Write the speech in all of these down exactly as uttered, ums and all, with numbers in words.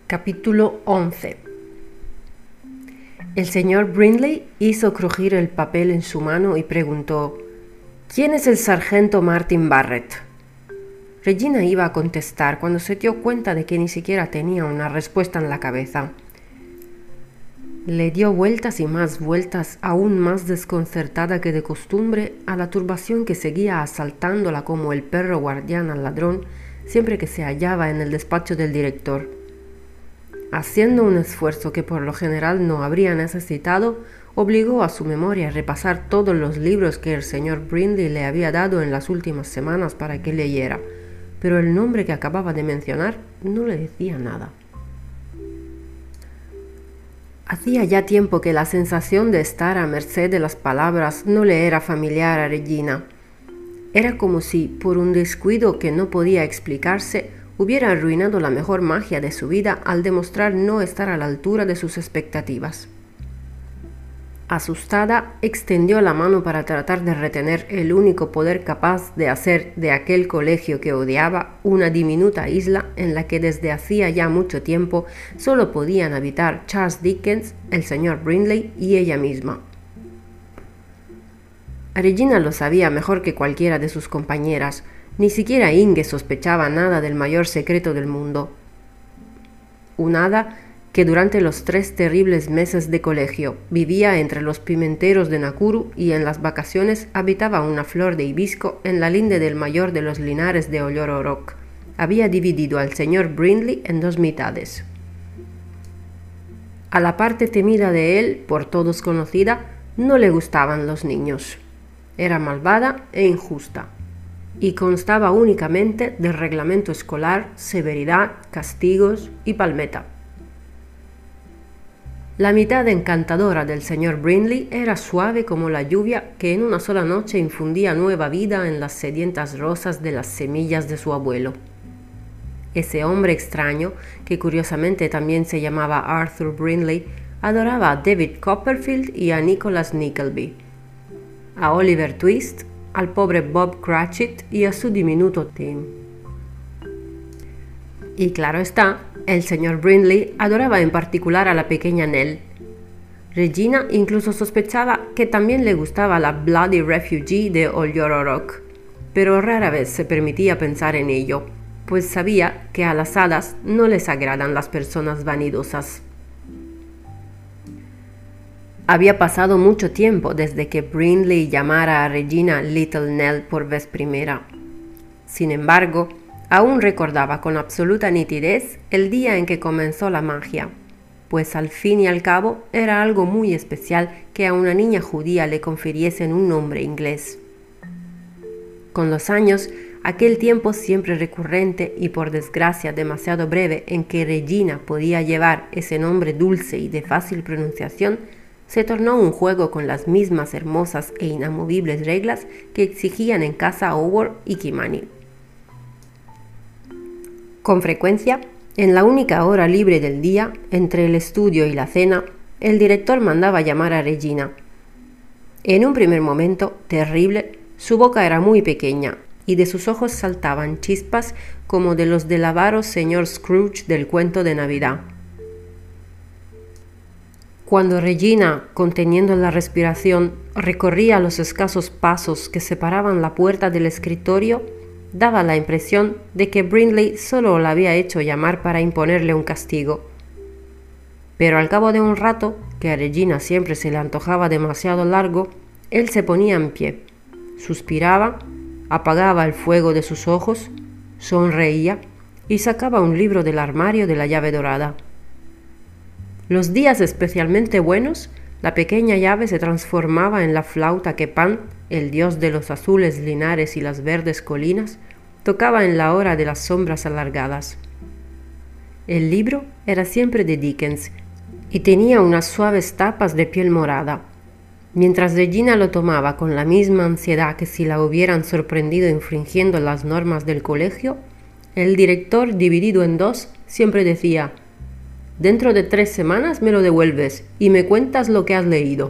Capítulo once. El señor Brindley hizo crujir el papel en su mano y preguntó: «¿Quién es el sargento Martin Barrett?». Regina iba a contestar cuando se dio cuenta de que ni siquiera tenía una respuesta en la cabeza. Le dio vueltas y más vueltas, aún más desconcertada que de costumbre, a la turbación que seguía asaltándola como el perro guardián al ladrón siempre que se hallaba en el despacho del director. Haciendo un esfuerzo que por lo general no habría necesitado, obligó a su memoria a repasar todos los libros que el señor Brindley le había dado en las últimas semanas para que leyera, pero el nombre que acababa de mencionar no le decía nada. Hacía ya tiempo que la sensación de estar a merced de las palabras no le era familiar a Regina. Era como si, por un descuido que no podía explicarse, hubiera arruinado la mejor magia de su vida al demostrar no estar a la altura de sus expectativas. Asustada, extendió la mano para tratar de retener el único poder capaz de hacer de aquel colegio que odiaba una diminuta isla en la que desde hacía ya mucho tiempo solo podían habitar Charles Dickens, el señor Brindley y ella misma. Regina lo sabía mejor que cualquiera de sus compañeras. Ni siquiera Inge sospechaba nada del mayor secreto del mundo. Un hada que durante los tres terribles meses de colegio vivía entre los pimenteros de Nakuru y en las vacaciones habitaba una flor de hibisco en la linde del mayor de los linares de Ollororok, había dividido al señor Brindley en dos mitades. A la parte temida de él, por todos conocida, no le gustaban los niños. Era malvada e injusta, y constaba únicamente de reglamento escolar, severidad, castigos y palmeta. La mitad encantadora del señor Brindley era suave como la lluvia que en una sola noche infundía nueva vida en las sedientas rosas de las semillas de su abuelo. Ese hombre extraño, que curiosamente también se llamaba Arthur Brindley, adoraba a David Copperfield y a Nicholas Nickleby, a Oliver Twist, al pobre Bob Cratchit y a su diminuto Tim. Y claro está, el señor Brindley adoraba en particular a la pequeña Nell. Regina incluso sospechaba que también le gustaba la Bloody Refugee de Ollororok, pero rara vez se permitía pensar en ello, pues sabía que a las hadas no les agradan las personas vanidosas. Había pasado mucho tiempo desde que Brindley llamara a Regina Little Nell por vez primera. Sin embargo, aún recordaba con absoluta nitidez el día en que comenzó la magia, pues al fin y al cabo era algo muy especial que a una niña judía le confiriesen un nombre inglés. Con los años, aquel tiempo siempre recurrente y por desgracia demasiado breve en que Regina podía llevar ese nombre dulce y de fácil pronunciación, se tornó un juego con las mismas hermosas e inamovibles reglas que exigían en casa Howard y Kimani. Con frecuencia, en la única hora libre del día, entre el estudio y la cena, el director mandaba llamar a Regina. En un primer momento, terrible, su boca era muy pequeña y de sus ojos saltaban chispas como de los del avaro señor Scrooge del cuento de Navidad. Cuando Regina, conteniendo la respiración, recorría los escasos pasos que separaban la puerta del escritorio, daba la impresión de que Brindley solo la había hecho llamar para imponerle un castigo. Pero al cabo de un rato, que a Regina siempre se le antojaba demasiado largo, él se ponía en pie, suspiraba, apagaba el fuego de sus ojos, sonreía y sacaba un libro del armario de la llave dorada. Los días especialmente buenos, la pequeña llave se transformaba en la flauta que Pan, el dios de los azules linares y las verdes colinas, tocaba en la hora de las sombras alargadas. El libro era siempre de Dickens y tenía unas suaves tapas de piel morada. Mientras Regina lo tomaba con la misma ansiedad que si la hubieran sorprendido infringiendo las normas del colegio, el director, dividido en dos, siempre decía: «Dentro de tres semanas me lo devuelves y me cuentas lo que has leído».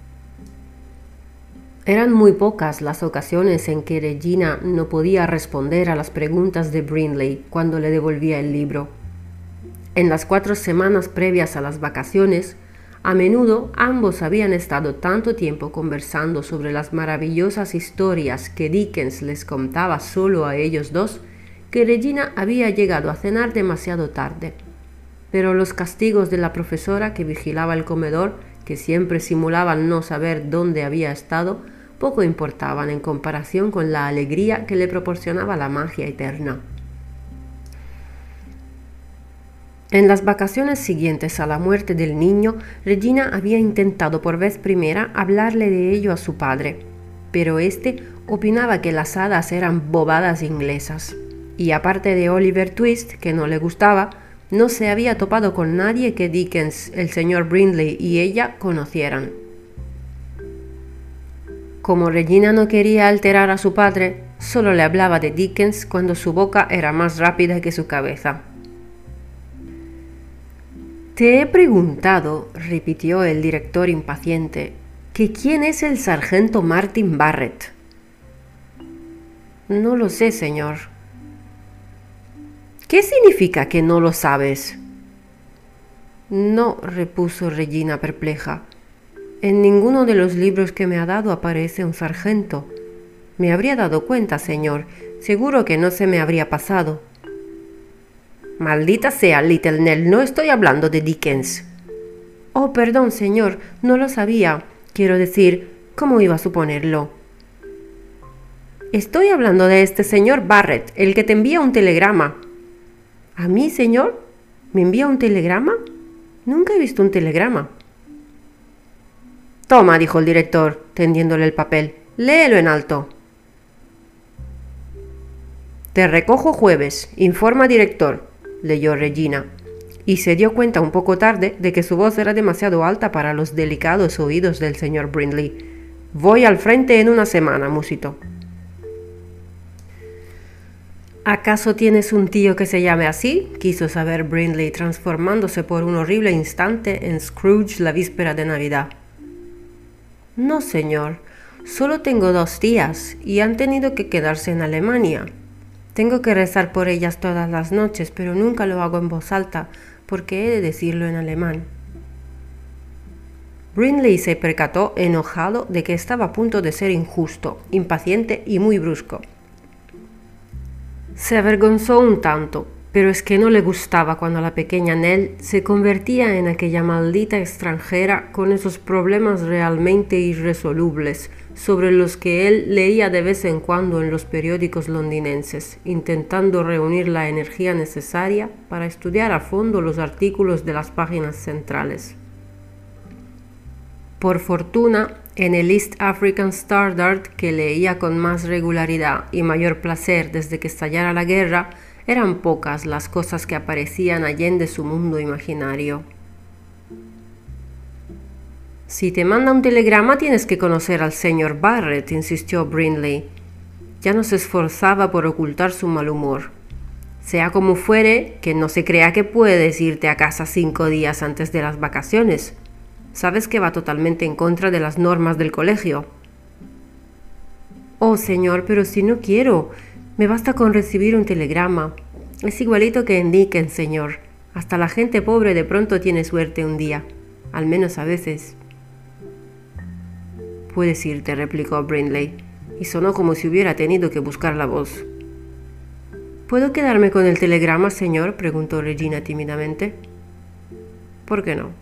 Eran muy pocas las ocasiones en que Regina no podía responder a las preguntas de Brindley cuando le devolvía el libro. En las cuatro semanas previas a las vacaciones, a menudo ambos habían estado tanto tiempo conversando sobre las maravillosas historias que Dickens les contaba solo a ellos dos, que Regina había llegado a cenar demasiado tarde. Pero los castigos de la profesora que vigilaba el comedor, que siempre simulaban no saber dónde había estado, poco importaban en comparación con la alegría que le proporcionaba la magia eterna. En las vacaciones siguientes a la muerte del niño, Regina había intentado por vez primera hablarle de ello a su padre, pero éste opinaba que las hadas eran bobadas inglesas, y aparte de Oliver Twist, que no le gustaba, no se había topado con nadie que Dickens, el señor Brindley y ella conocieran. Como Regina no quería alterar a su padre, solo le hablaba de Dickens cuando su boca era más rápida que su cabeza. «Te he preguntado», repitió el director impaciente, «que quién es el sargento Martin Barrett». «No lo sé, señor». «¿Qué significa que no lo sabes?» «No», repuso Regina perpleja. «En ninguno de los libros que me ha dado aparece un sargento. Me habría dado cuenta, señor. Seguro que no se me habría pasado». «Maldita sea, Little Nell, no estoy hablando de Dickens». «Oh, perdón, señor, no lo sabía. Quiero decir, ¿cómo iba a suponerlo?» «Estoy hablando de este señor Barrett, el que te envía un telegrama». «¿A mí, señor? ¿Me envía un telegrama? Nunca he visto un telegrama». «Toma», dijo el director, tendiéndole el papel. «Léelo en alto». «Te recojo jueves. Informa director», leyó Regina, y se dio cuenta un poco tarde de que su voz era demasiado alta para los delicados oídos del señor Brindley. «Voy al frente en una semana», musitó. «¿Acaso tienes un tío que se llame así?», quiso saber Brindley, transformándose por un horrible instante en Scrooge la víspera de Navidad. «No, señor, solo tengo dos tías y han tenido que quedarse en Alemania. Tengo que rezar por ellas todas las noches, pero nunca lo hago en voz alta, porque he de decirlo en alemán». Brindley se percató, enojado, de que estaba a punto de ser injusto, impaciente y muy brusco. Se avergonzó un tanto, pero es que no le gustaba cuando la pequeña Nell se convertía en aquella maldita extranjera con esos problemas realmente irresolubles sobre los que él leía de vez en cuando en los periódicos londinenses, intentando reunir la energía necesaria para estudiar a fondo los artículos de las páginas centrales. Por fortuna, en el East African Standard, que leía con más regularidad y mayor placer desde que estallara la guerra, eran pocas las cosas que aparecían allende su mundo imaginario. «Si te manda un telegrama tienes que conocer al señor Barrett», insistió Brindley. Ya no se esforzaba por ocultar su mal humor. «Sea como fuere, que no se crea que puedes irte a casa cinco días antes de las vacaciones. Sabes que va totalmente en contra de las normas del colegio». «Oh, señor, pero si no quiero. Me basta con recibir un telegrama. Es igualito que en Dickens, señor. Hasta la gente pobre de pronto tiene suerte un día. Al menos a veces». «Puedes irte», replicó Brindley, y sonó como si hubiera tenido que buscar la voz. «¿Puedo quedarme con el telegrama, señor?», preguntó Regina tímidamente. «¿Por qué no?».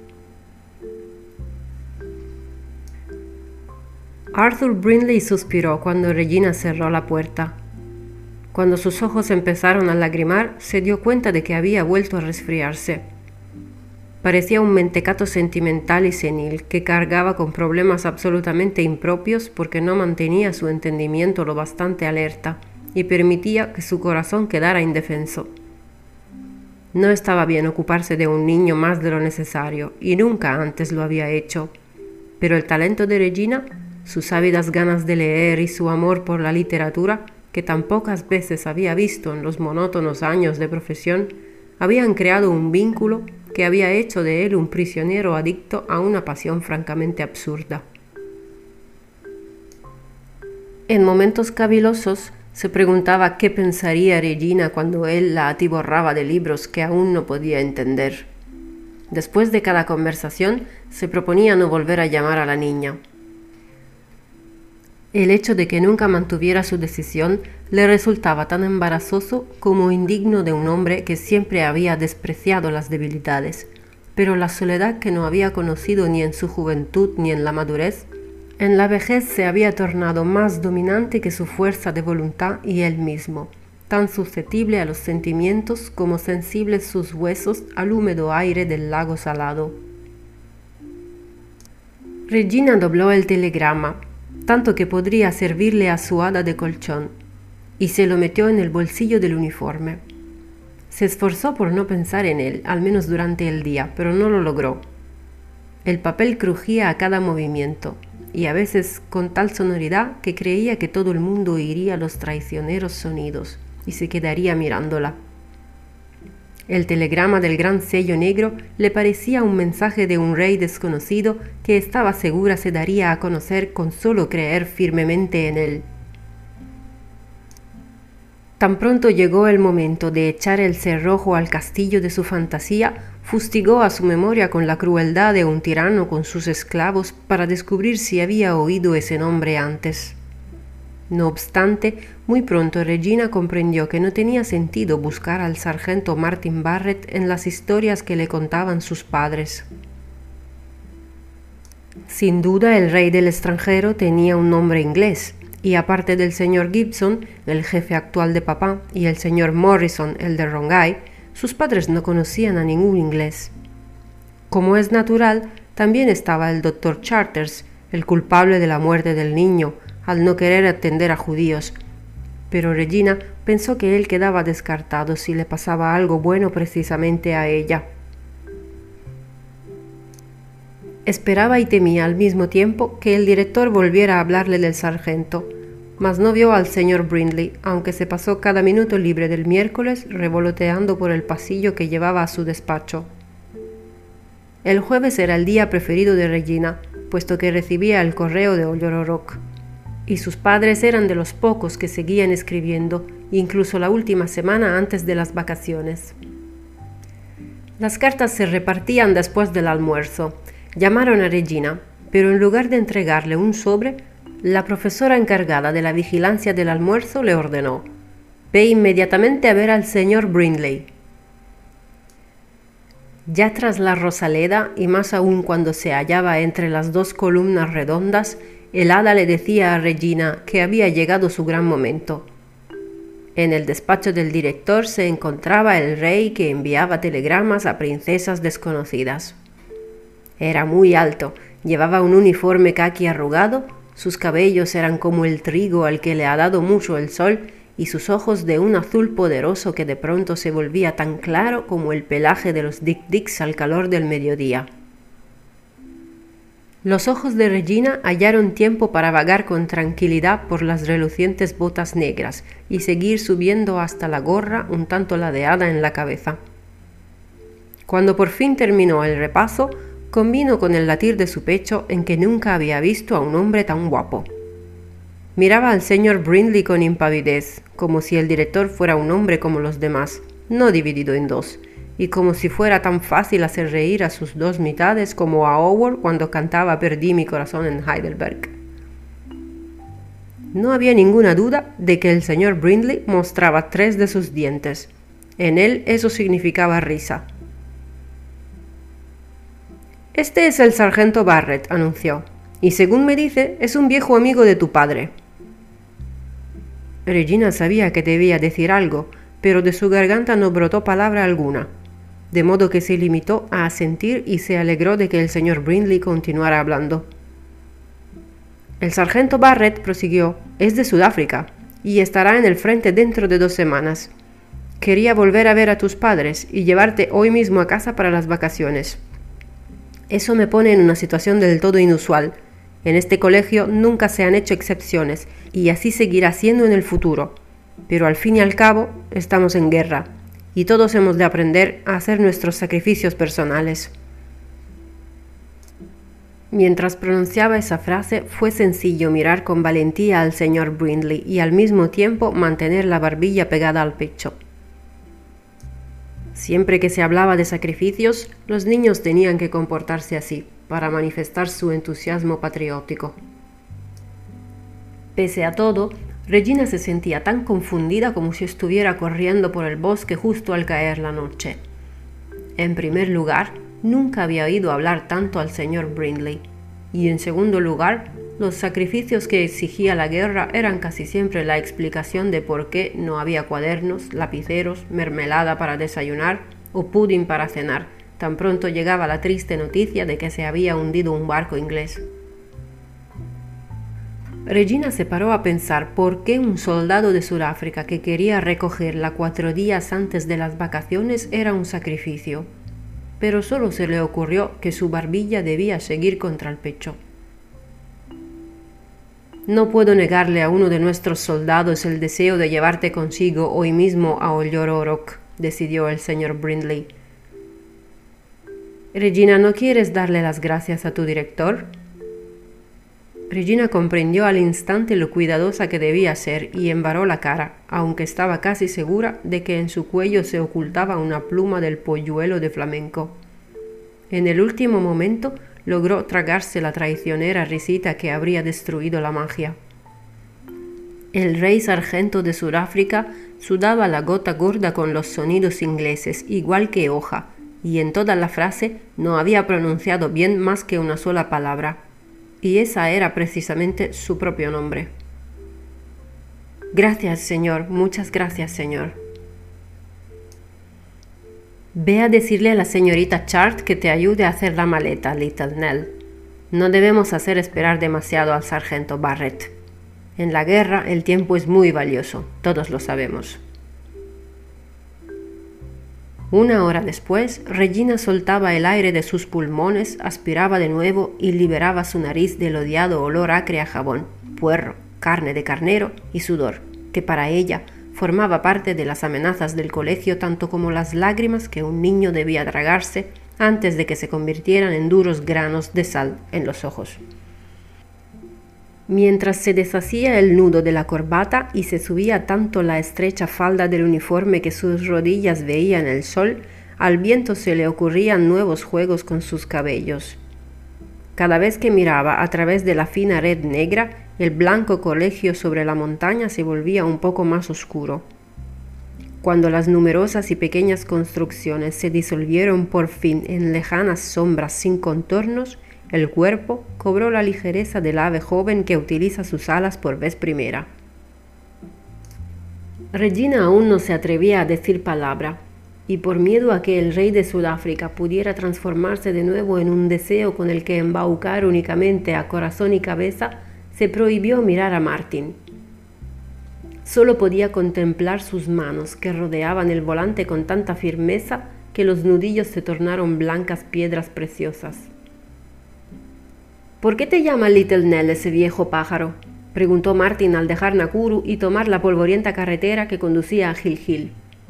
Arthur Brindley suspiró cuando Regina cerró la puerta. Cuando sus ojos empezaron a lagrimar, se dio cuenta de que había vuelto a resfriarse. Parecía un mentecato sentimental y senil que cargaba con problemas absolutamente impropios porque no mantenía su entendimiento lo bastante alerta y permitía que su corazón quedara indefenso. No estaba bien ocuparse de un niño más de lo necesario, y nunca antes lo había hecho, pero el talento de Regina, sus ávidas ganas de leer y su amor por la literatura, que tan pocas veces había visto en los monótonos años de profesión, habían creado un vínculo que había hecho de él un prisionero adicto a una pasión francamente absurda. En momentos cavilosos, Se preguntaba qué pensaría Regina cuando él la atiborraba de libros que aún no podía entender. Después de cada conversación, se proponía no volver a llamar a la niña. El hecho de que nunca mantuviera su decisión le resultaba tan embarazoso como indigno de un hombre que siempre había despreciado las debilidades, pero la soledad que no había conocido ni en su juventud ni en la madurez, en la vejez se había tornado más dominante que su fuerza de voluntad y él mismo, tan susceptible a los sentimientos como sensibles sus huesos al húmedo aire del lago salado. Regina dobló el telegrama, tanto que podría servirle a su hada de colchón, y se lo metió en el bolsillo del uniforme. Se esforzó por no pensar en él, al menos durante el día, pero no lo logró. El papel crujía a cada movimiento, y a veces con tal sonoridad que creía que todo el mundo oiría los traicioneros sonidos y se quedaría mirándola. El telegrama del gran sello negro le parecía un mensaje de un rey desconocido que estaba segura se daría a conocer con solo creer firmemente en él. Tan pronto llegó el momento de echar el cerrojo al castillo de su fantasía, fustigó a su memoria con la crueldad de un tirano con sus esclavos para descubrir si había oído ese nombre antes. No obstante, muy pronto Regina comprendió que no tenía sentido buscar al sargento Martin Barrett en las historias que le contaban sus padres. Sin duda el rey del extranjero tenía un nombre inglés, y aparte del señor Gibson, el jefe actual de papá, y el señor Morrison, el de Rongai, sus padres no conocían a ningún inglés. Como es natural, también estaba el doctor Charters, el culpable de la muerte del niño, al no querer atender a judíos. Pero Regina pensó que él quedaba descartado si le pasaba algo bueno precisamente a ella. Esperaba y temía al mismo tiempo que el director volviera a hablarle del sargento, mas no vio al señor Brindley, aunque se pasó cada minuto libre del miércoles revoloteando por el pasillo que llevaba a su despacho. El jueves era el día preferido de Regina, puesto que recibía el correo de Ollororock, y sus padres eran de los pocos que seguían escribiendo, incluso la última semana antes de las vacaciones. Las cartas se repartían después del almuerzo. Llamaron a Regina, pero en lugar de entregarle un sobre, la profesora encargada de la vigilancia del almuerzo le ordenó: «Ve inmediatamente a ver al señor Brindley». Ya tras la Rosaleda, y más aún cuando se hallaba entre las dos columnas redondas, el hada le decía a Regina que había llegado su gran momento. En el despacho del director se encontraba el rey que enviaba telegramas a princesas desconocidas. Era muy alto, llevaba un uniforme caqui arrugado, sus cabellos eran como el trigo al que le ha dado mucho el sol y sus ojos de un azul poderoso que de pronto se volvía tan claro como el pelaje de los dick-dicks al calor del mediodía. Los ojos de Regina hallaron tiempo para vagar con tranquilidad por las relucientes botas negras y seguir subiendo hasta la gorra un tanto ladeada en la cabeza. Cuando por fin terminó el repaso, convino con el latir de su pecho en que nunca había visto a un hombre tan guapo. Miraba al señor Brindley con impavidez, como si el director fuera un hombre como los demás, no dividido en dos, y como si fuera tan fácil hacer reír a sus dos mitades como a Howard cuando cantaba Perdí mi corazón en Heidelberg. No había ninguna duda de que el señor Brindley mostraba tres de sus dientes. En él eso significaba risa. «Este es el sargento Barrett», anunció, «y según me dice, es un viejo amigo de tu padre». Regina sabía que debía decir algo, pero de su garganta no brotó palabra alguna, de modo que se limitó a asentir y se alegró de que el señor Brindley continuara hablando. «El sargento Barrett», prosiguió, «es de Sudáfrica y estará en el frente dentro de dos semanas. Quería volver a ver a tus padres y llevarte hoy mismo a casa para las vacaciones. Eso me pone en una situación del todo inusual. En este colegio nunca se han hecho excepciones y así seguirá siendo en el futuro. Pero al fin y al cabo estamos en guerra y todos hemos de aprender a hacer nuestros sacrificios personales». Mientras pronunciaba esa frase, fue sencillo mirar con valentía al señor Brindley y al mismo tiempo mantener la barbilla pegada al pecho. Siempre que se hablaba de sacrificios, los niños tenían que comportarse así, para manifestar su entusiasmo patriótico. Pese a todo, Regina se sentía tan confundida como si estuviera corriendo por el bosque justo al caer la noche. En primer lugar, nunca había oído hablar tanto al señor Brindley, y en segundo lugar, los sacrificios que exigía la guerra eran casi siempre la explicación de por qué no había cuadernos, lapiceros, mermelada para desayunar o pudding para cenar, tan pronto llegaba la triste noticia de que se había hundido un barco inglés. Regina se paró a pensar por qué un soldado de Sudáfrica que quería recogerla cuatro días antes de las vacaciones era un sacrificio, pero solo se le ocurrió que su barbilla debía seguir contra el pecho. No puedo negarle a uno de nuestros soldados el deseo de llevarte consigo hoy mismo a Ollororok, decidió el señor Brindley. Regina, ¿no quieres darle las gracias a tu director? Regina comprendió al instante lo cuidadosa que debía ser y embarró la cara, aunque estaba casi segura de que en su cuello se ocultaba una pluma del polluelo de flamenco. En el último momento logró tragarse la traicionera risita que habría destruido la magia. El rey sargento de Sudáfrica sudaba la gota gorda con los sonidos ingleses, igual que hoja, y en toda la frase no había pronunciado bien más que una sola palabra. Y esa era precisamente su propio nombre. Gracias, señor, muchas gracias, señor. Ve a decirle a la señorita Chart que te ayude a hacer la maleta, Little Nell. No debemos hacer esperar demasiado al sargento Barrett. En la guerra el tiempo es muy valioso, todos lo sabemos. Una hora después, Regina soltaba el aire de sus pulmones, aspiraba de nuevo y liberaba su nariz del odiado olor acre a jabón, puerro, carne de carnero y sudor, que para ella formaba parte de las amenazas del colegio tanto como las lágrimas que un niño debía tragarse antes de que se convirtieran en duros granos de sal en los ojos. Mientras se deshacía el nudo de la corbata y se subía tanto la estrecha falda del uniforme que sus rodillas veían el sol, al viento se le ocurrían nuevos juegos con sus cabellos. Cada vez que miraba a través de la fina red negra, el blanco colegio sobre la montaña se volvía un poco más oscuro. Cuando las numerosas y pequeñas construcciones se disolvieron por fin en lejanas sombras sin contornos, el cuerpo cobró la ligereza del ave joven que utiliza sus alas por vez primera. Regina aún no se atrevía a decir palabra, y por miedo a que el rey de Sudáfrica pudiera transformarse de nuevo en un deseo con el que embaucar únicamente a corazón y cabeza, se prohibió mirar a Martin. Solo podía contemplar sus manos que rodeaban el volante con tanta firmeza que los nudillos se tornaron blancas piedras preciosas. ¿Por qué te llama Little Nell ese viejo pájaro?, preguntó Martin al dejar Nakuru y tomar la polvorienta carretera que conducía a Gil Gil.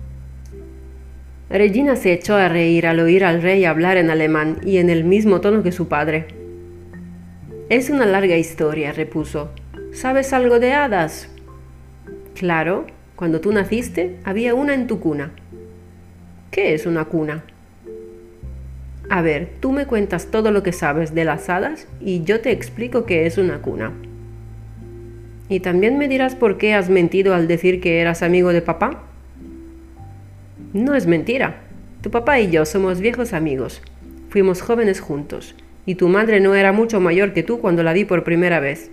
Regina se echó a reír al oír al rey hablar en alemán y en el mismo tono que su padre. Es una larga historia, repuso. ¿Sabes algo de hadas? Claro, cuando tú naciste había una en tu cuna. ¿Qué es una cuna? A ver, tú me cuentas todo lo que sabes de las hadas y yo te explico qué es una cuna. ¿Y también me dirás por qué has mentido al decir que eras amigo de papá? No es mentira. Tu papá y yo somos viejos amigos. Fuimos jóvenes juntos, y tu madre no era mucho mayor que tú cuando la vi por primera vez.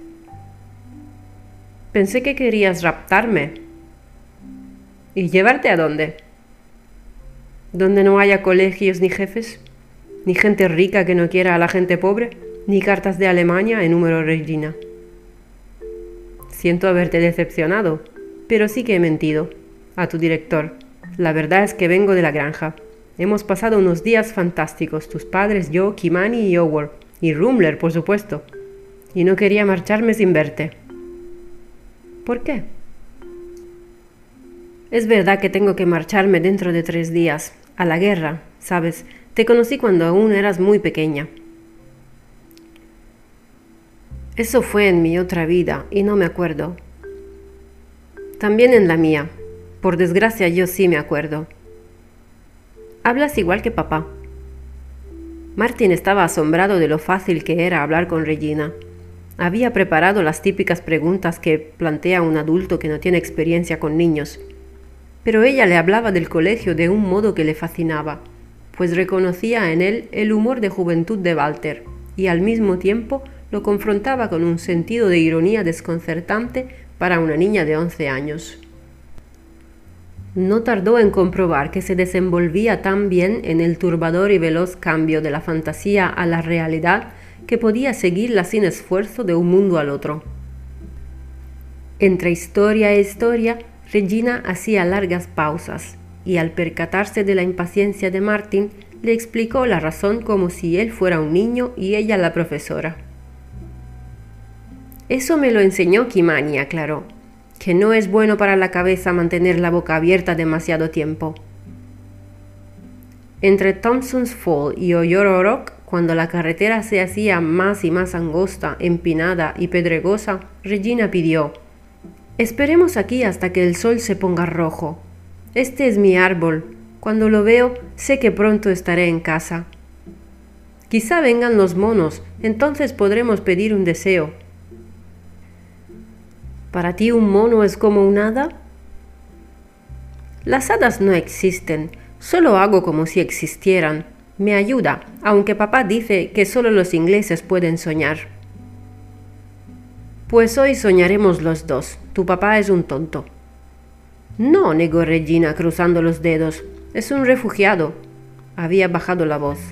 Pensé que querías raptarme. ¿Y llevarte a dónde? ¿Donde no haya colegios ni jefes? ¿Ni gente rica que no quiera a la gente pobre? ¿Ni cartas de Alemania? Enumero Regina. Siento haberte decepcionado, pero sí que he mentido. A tu director. La verdad es que vengo de la granja. Hemos pasado unos días fantásticos, tus padres, yo, Kimani y Howard. Y Rumler, por supuesto. Y no quería marcharme sin verte. ¿Por qué? Es verdad que tengo que marcharme dentro de tres días. A la guerra, ¿sabes? Te conocí cuando aún eras muy pequeña. Eso fue en mi otra vida y no me acuerdo. También en la mía. Por desgracia yo sí me acuerdo. Hablas igual que papá. Martin estaba asombrado de lo fácil que era hablar con Regina. Había preparado las típicas preguntas que plantea un adulto que no tiene experiencia con niños. Pero ella le hablaba del colegio de un modo que le fascinaba, pues reconocía en él el humor de juventud de Walter y al mismo tiempo lo confrontaba con un sentido de ironía desconcertante para una niña de once años. No tardó en comprobar que se desenvolvía tan bien en el turbador y veloz cambio de la fantasía a la realidad que podía seguirla sin esfuerzo de un mundo al otro. Entre historia e historia, Regina hacía largas pausas y al percatarse de la impaciencia de Martin, le explicó la razón como si él fuera un niño y ella la profesora. Eso me lo enseñó Kimani, aclaró, que no es bueno para la cabeza mantener la boca abierta demasiado tiempo. Entre Thompson's Fall y Oyoro Rock, cuando la carretera se hacía más y más angosta, empinada y pedregosa, Regina pidió: «Esperemos aquí hasta que el sol se ponga rojo. Este es mi árbol. Cuando lo veo, sé que pronto estaré en casa. Quizá vengan los monos, entonces podremos pedir un deseo». ¿Para ti un mono es como un hada? Las hadas no existen, solo hago como si existieran. Me ayuda, aunque papá dice que solo los ingleses pueden soñar. Pues hoy soñaremos los dos. Tu papá es un tonto. No, negó Regina cruzando los dedos. Es un refugiado. Había bajado la voz.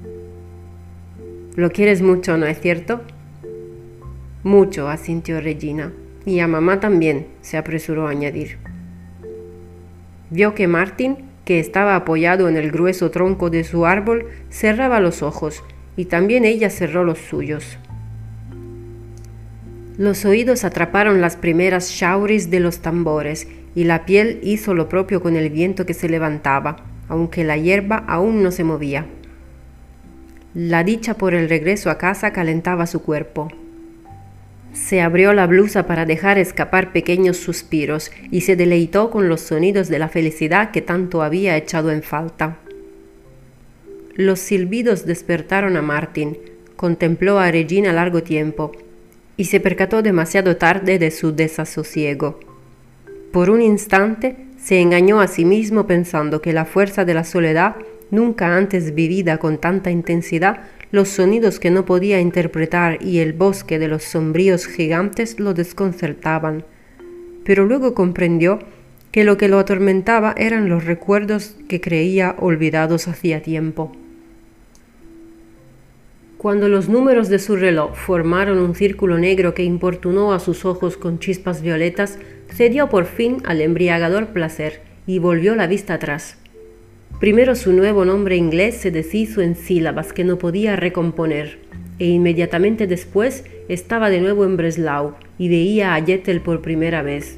Lo quieres mucho, ¿no es cierto? Mucho, asintió Regina. Y a mamá también, se apresuró a añadir. Vio que Martin, que estaba apoyado en el grueso tronco de su árbol, cerraba los ojos, y también ella cerró los suyos. Los oídos atraparon las primeras shauris de los tambores, y la piel hizo lo propio con el viento que se levantaba, aunque la hierba aún no se movía. La dicha por el regreso a casa calentaba su cuerpo. Se abrió la blusa para dejar escapar pequeños suspiros y se deleitó con los sonidos de la felicidad que tanto había echado en falta. Los silbidos despertaron a Martin, contempló a Regina largo tiempo y se percató demasiado tarde de su desasosiego. Por un instante se engañó a sí mismo pensando que la fuerza de la soledad, nunca antes vivida con tanta intensidad, los sonidos que no podía interpretar y el bosque de los sombríos gigantes lo desconcertaban. Pero luego comprendió que lo que lo atormentaba eran los recuerdos que creía olvidados hacía tiempo. Cuando los números de su reloj formaron un círculo negro que importunó a sus ojos con chispas violetas, cedió por fin al embriagador placer y volvió la vista atrás. Primero su nuevo nombre inglés se deshizo en sílabas que no podía recomponer, e inmediatamente después estaba de nuevo en Breslau y veía a Yettel por primera vez.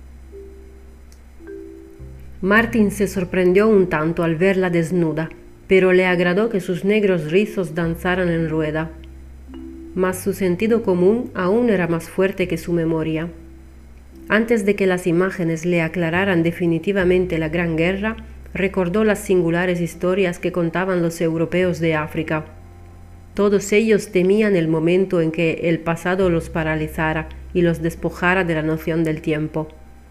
Martin se sorprendió un tanto al verla desnuda, pero le agradó que sus negros rizos danzaran en rueda. Mas su sentido común aún era más fuerte que su memoria. Antes de que las imágenes le aclararan definitivamente la Gran Guerra, recordó las singulares historias que contaban los europeos de África. Todos ellos temían el momento en que el pasado los paralizara y los despojara de la noción del tiempo.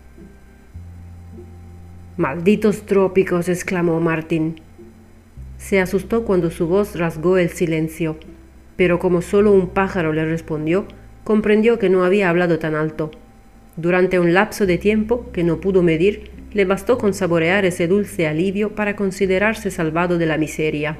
«¡Malditos trópicos!», exclamó Martin. Se asustó cuando su voz rasgó el silencio, pero como solo un pájaro le respondió, comprendió que no había hablado tan alto. Durante un lapso de tiempo que no pudo medir, le bastó con saborear ese dulce alivio para considerarse salvado de la miseria.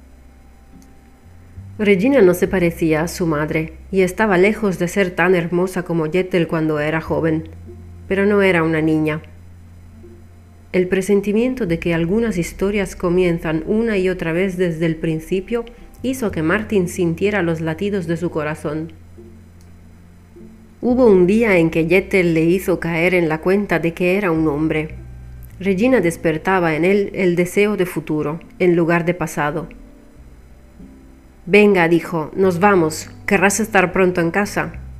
Regina no se parecía a su madre y estaba lejos de ser tan hermosa como Yettel cuando era joven, pero no era una niña. El presentimiento de que algunas historias comienzan una y otra vez desde el principio hizo que Martin sintiera los latidos de su corazón. Hubo un día en que Yettel le hizo caer en la cuenta de que era un hombre. Regina despertaba en él el deseo de futuro, en lugar de pasado. «Venga», dijo, «nos vamos. ¿Querrás estar pronto en casa?»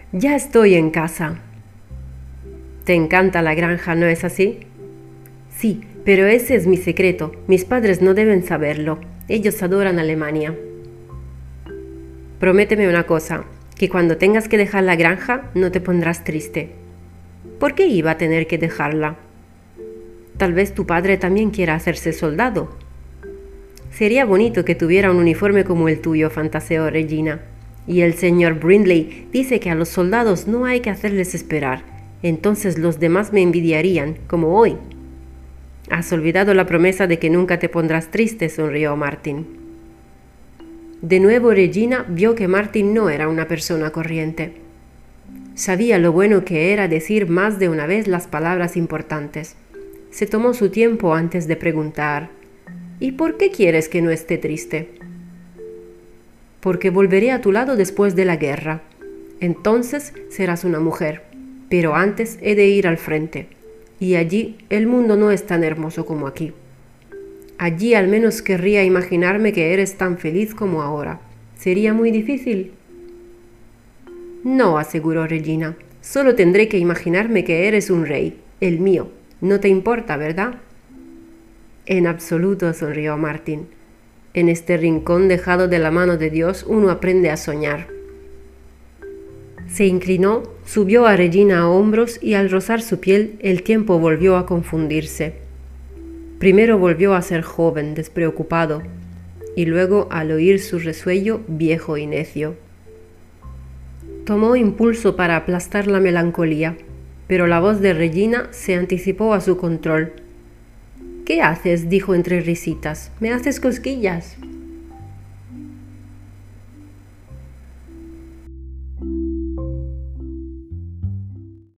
Ya estoy en casa. Te encanta la granja, ¿no es así? Sí, pero ese es mi secreto. Mis padres no deben saberlo. Ellos adoran Alemania. Prométeme una cosa, que cuando tengas que dejar la granja no te pondrás triste. ¿Por qué iba a tener que dejarla? Tal vez tu padre también quiera hacerse soldado. Sería bonito que tuviera un uniforme como el tuyo, fantaseó Regina. Y el señor Brindley dice que a los soldados no hay que hacerles esperar. Entonces los demás me envidiarían, como hoy. Has olvidado la promesa de que nunca te pondrás triste, sonrió Martin. De nuevo Regina vio que Martin no era una persona corriente. Sabía lo bueno que era decir más de una vez las palabras importantes. Se tomó su tiempo antes de preguntar: ¿y por qué quieres que no esté triste? Porque volveré a tu lado después de la guerra. Entonces serás una mujer, pero antes he de ir al frente. Y allí el mundo no es tan hermoso como aquí. Allí al menos querría imaginarme que eres tan feliz como ahora. ¿Sería muy difícil? No, aseguró Regina. Solo tendré que imaginarme que eres un rey, el mío. No te importa, ¿verdad? En absoluto, sonrió Martin. En este rincón dejado de la mano de Dios uno aprende a soñar. Se inclinó, subió a Regina a hombros y al rozar su piel el tiempo volvió a confundirse. Primero volvió a ser joven, despreocupado, y luego al oír su resuello viejo y necio. Tomó impulso para aplastar la melancolía, pero la voz de Regina se anticipó a su control. «¿Qué haces?», dijo entre risitas. «¿Me haces cosquillas?».